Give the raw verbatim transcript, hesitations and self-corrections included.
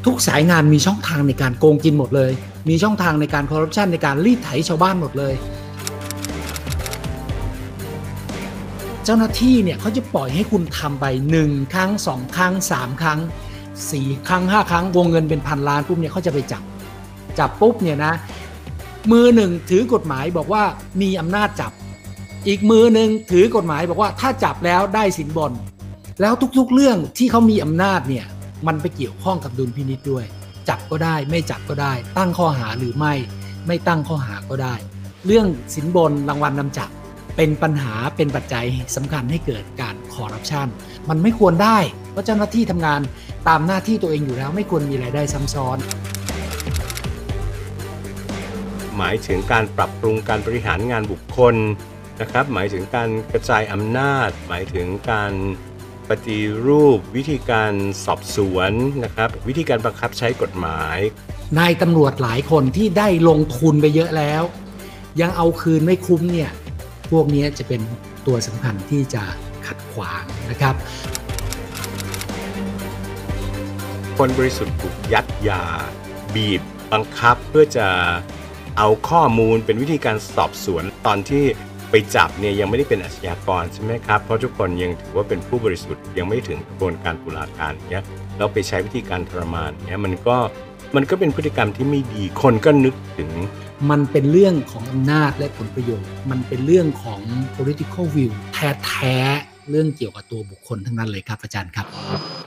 ทุกสายงานมีช่องทางในการโกงกินหมดเลยมีช่องทางในการคอร์รัปชันในการรีดไถชาวบ้านหมดเลยเจ้าหน้าที่เนี่ยเขาจะปล่อยให้คุณทำไปหนึ่งครั้งสองครั้งสามครั้งสี่ครั้งห้าครั้งวงเงินเป็นพันล้านปุ๊บเนี่ยเขาจะไปจับจับปุ๊บเนี่ยนะมือหนึ่งถือกฎหมายบอกว่ามีอำนาจจับอีกมือหนึ่งถือกฎหมายบอกว่าถ้าจับแล้วได้สินบนแล้วทุกๆเรื่องที่เขามีอำนาจเนี่ยมันไปเกี่ยวข้องกับดุลพินิจด้วยจับก็ได้ไม่จับก็ได้ตั้งข้อหาหรือไม่ไม่ตั้งข้อหาก็ได้เรื่องสินบนรางวัลนำจับเป็นปัญหาเป็นปัจจัยสำคัญให้เกิดการคอร์รัปชันมันไม่ควรได้เพราะเจ้าหน้าที่ทำงานตามหน้าที่ตัวเองอยู่แล้วไม่ควรมีรายได้ซ้ำซ้อนหมายถึงการปรับปรุงการบริหารงานบุคคลนะครับหมายถึงการกระจายอำนาจหมายถึงการปฏิรูปวิธีการสอบสวนนะครับวิธีการบังคับใช้กฎหมายนายตำรวจหลายคนที่ได้ลงทุนไปเยอะแล้วยังเอาคืนไม่คุ้มเนี่ยพวกนี้จะเป็นตัวสำคัญที่จะขัดขวางนะครับคนบริสุทธิ์ถูกยัดยาบีบบังคับเพื่อจะเอาข้อมูลเป็นวิธีการสอบสวนตอนที่ไปจับเนี่ยยังไม่ได้เป็นอาชญากรใช่ไหมครับเพราะทุกคนยังถือว่าเป็นผู้บริสุทธิ์ยังไม่ถึงกระบวนการตุลาการเนี้ยเราไปใช้วิธีการทรมานเนี้ยมันก็มันก็เป็นพฤติกรรมที่ไม่ดีคนก็นึกถึงมันเป็นเรื่องของอำนาจและผลประโยชน์มันเป็นเรื่องของ political view แท้ๆเรื่องเกี่ยวกับตัวบุคคลทั้งนั้นเลยครับอาจารย์ครับ